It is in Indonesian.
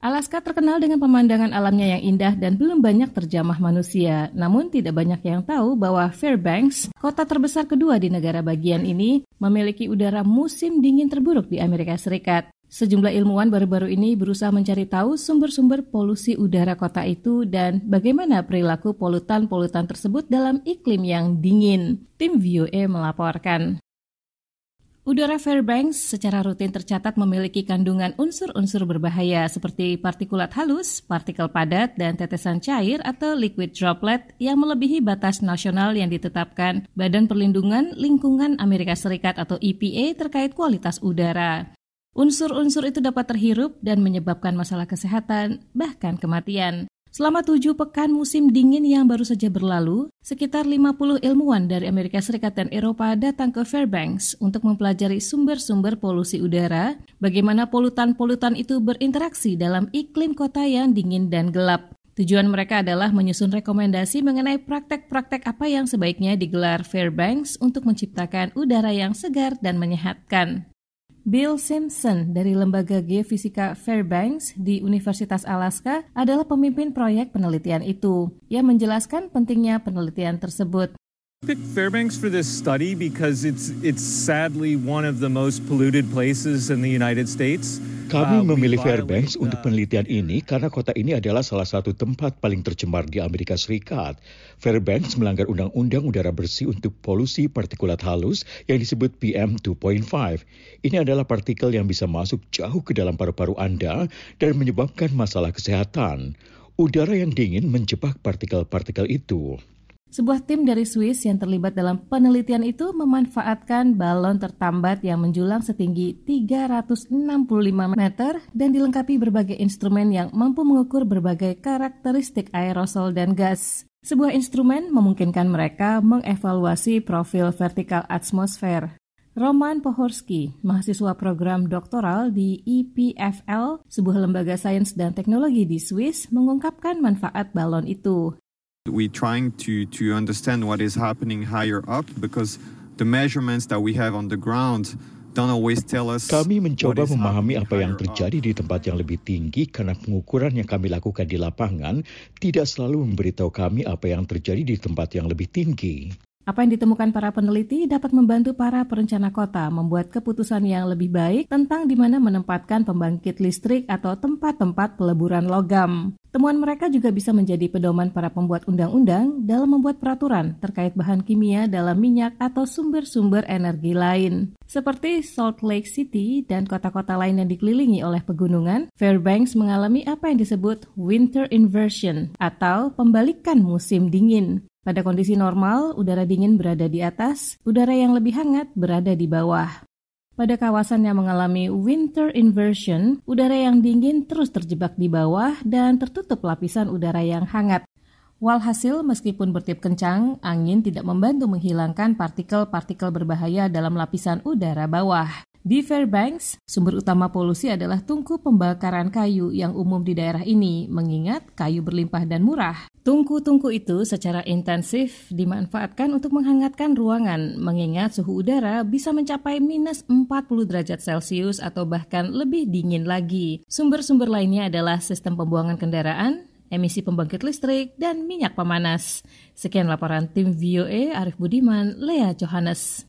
Alaska terkenal dengan pemandangan alamnya yang indah dan belum banyak terjamah manusia. Namun tidak banyak yang tahu bahwa Fairbanks, kota terbesar kedua di negara bagian ini, memiliki udara musim dingin terburuk di Amerika Serikat. Sejumlah ilmuwan baru-baru ini berusaha mencari tahu sumber-sumber polusi udara kota itu dan bagaimana perilaku polutan-polutan tersebut dalam iklim yang dingin. Tim VOA melaporkan. Udara Fairbanks secara rutin tercatat memiliki kandungan unsur-unsur berbahaya seperti partikulat halus, partikel padat, dan tetesan cair atau liquid droplet yang melebihi batas nasional yang ditetapkan Badan Perlindungan Lingkungan Amerika Serikat atau EPA terkait kualitas udara. Unsur-unsur itu dapat terhirup dan menyebabkan masalah kesehatan, bahkan kematian. Selama 7 pekan musim dingin yang baru saja berlalu, sekitar 50 ilmuwan dari Amerika Serikat dan Eropa datang ke Fairbanks untuk mempelajari sumber-sumber polusi udara, bagaimana polutan-polutan itu berinteraksi dalam iklim kota yang dingin dan gelap. Tujuan mereka adalah menyusun rekomendasi mengenai praktek-praktek apa yang sebaiknya digelar Fairbanks untuk menciptakan udara yang segar dan menyehatkan. Bill Simpson dari Lembaga Geofisika Fairbanks di Universitas Alaska adalah pemimpin proyek penelitian itu. Ia menjelaskan pentingnya penelitian tersebut. Picked Fairbanks for this study because it's sadly one of the most polluted places in the United States. Kami memilih Fairbanks untuk penelitian ini karena kota ini adalah salah satu tempat paling tercemar di Amerika Serikat. Fairbanks melanggar Undang-Undang Udara Bersih untuk polusi partikulat halus yang disebut PM 2.5. Ini adalah partikel yang bisa masuk jauh ke dalam paru-paru Anda dan menyebabkan masalah kesehatan. Udara yang dingin menjebak partikel-partikel itu. Sebuah tim dari Swiss yang terlibat dalam penelitian itu memanfaatkan balon tertambat yang menjulang setinggi 365 meter dan dilengkapi berbagai instrumen yang mampu mengukur berbagai karakteristik aerosol dan gas. Sebuah instrumen memungkinkan mereka mengevaluasi profil vertikal atmosfer. Roman Pohorski, mahasiswa program doktoral di EPFL, sebuah lembaga sains dan teknologi di Swiss, mengungkapkan manfaat balon itu. We're trying to understand what is happening higher up because the measurements that we have on the ground don't always tell us. Kami mencoba memahami apa yang terjadi di tempat yang lebih tinggi karena pengukuran yang kami lakukan di lapangan tidak selalu memberitahu kami apa yang terjadi di tempat yang lebih tinggi. Apa yang ditemukan para peneliti dapat membantu para perencana kota membuat keputusan yang lebih baik tentang di mana menempatkan pembangkit listrik atau tempat-tempat peleburan logam. Temuan mereka juga bisa menjadi pedoman para pembuat undang-undang dalam membuat peraturan terkait bahan kimia dalam minyak atau sumber-sumber energi lain. Seperti Salt Lake City dan kota-kota lain yang dikelilingi oleh pegunungan, Fairbanks mengalami apa yang disebut winter inversion atau pembalikan musim dingin. Pada kondisi normal, udara dingin berada di atas, udara yang lebih hangat berada di bawah. Pada kawasan yang mengalami winter inversion, udara yang dingin terus terjebak di bawah dan tertutup lapisan udara yang hangat. Walhasil, meskipun bertiup kencang, angin tidak membantu menghilangkan partikel-partikel berbahaya dalam lapisan udara bawah. Di Fairbanks, sumber utama polusi adalah tungku pembakaran kayu yang umum di daerah ini, mengingat kayu berlimpah dan murah. Tungku-tungku itu secara intensif dimanfaatkan untuk menghangatkan ruangan, mengingat suhu udara bisa mencapai minus 40 derajat Celcius atau bahkan lebih dingin lagi. Sumber-sumber lainnya adalah sistem pembuangan kendaraan, emisi pembangkit listrik, dan minyak pemanas. Sekian laporan tim VOA, Arif Budiman, Lea Johannes.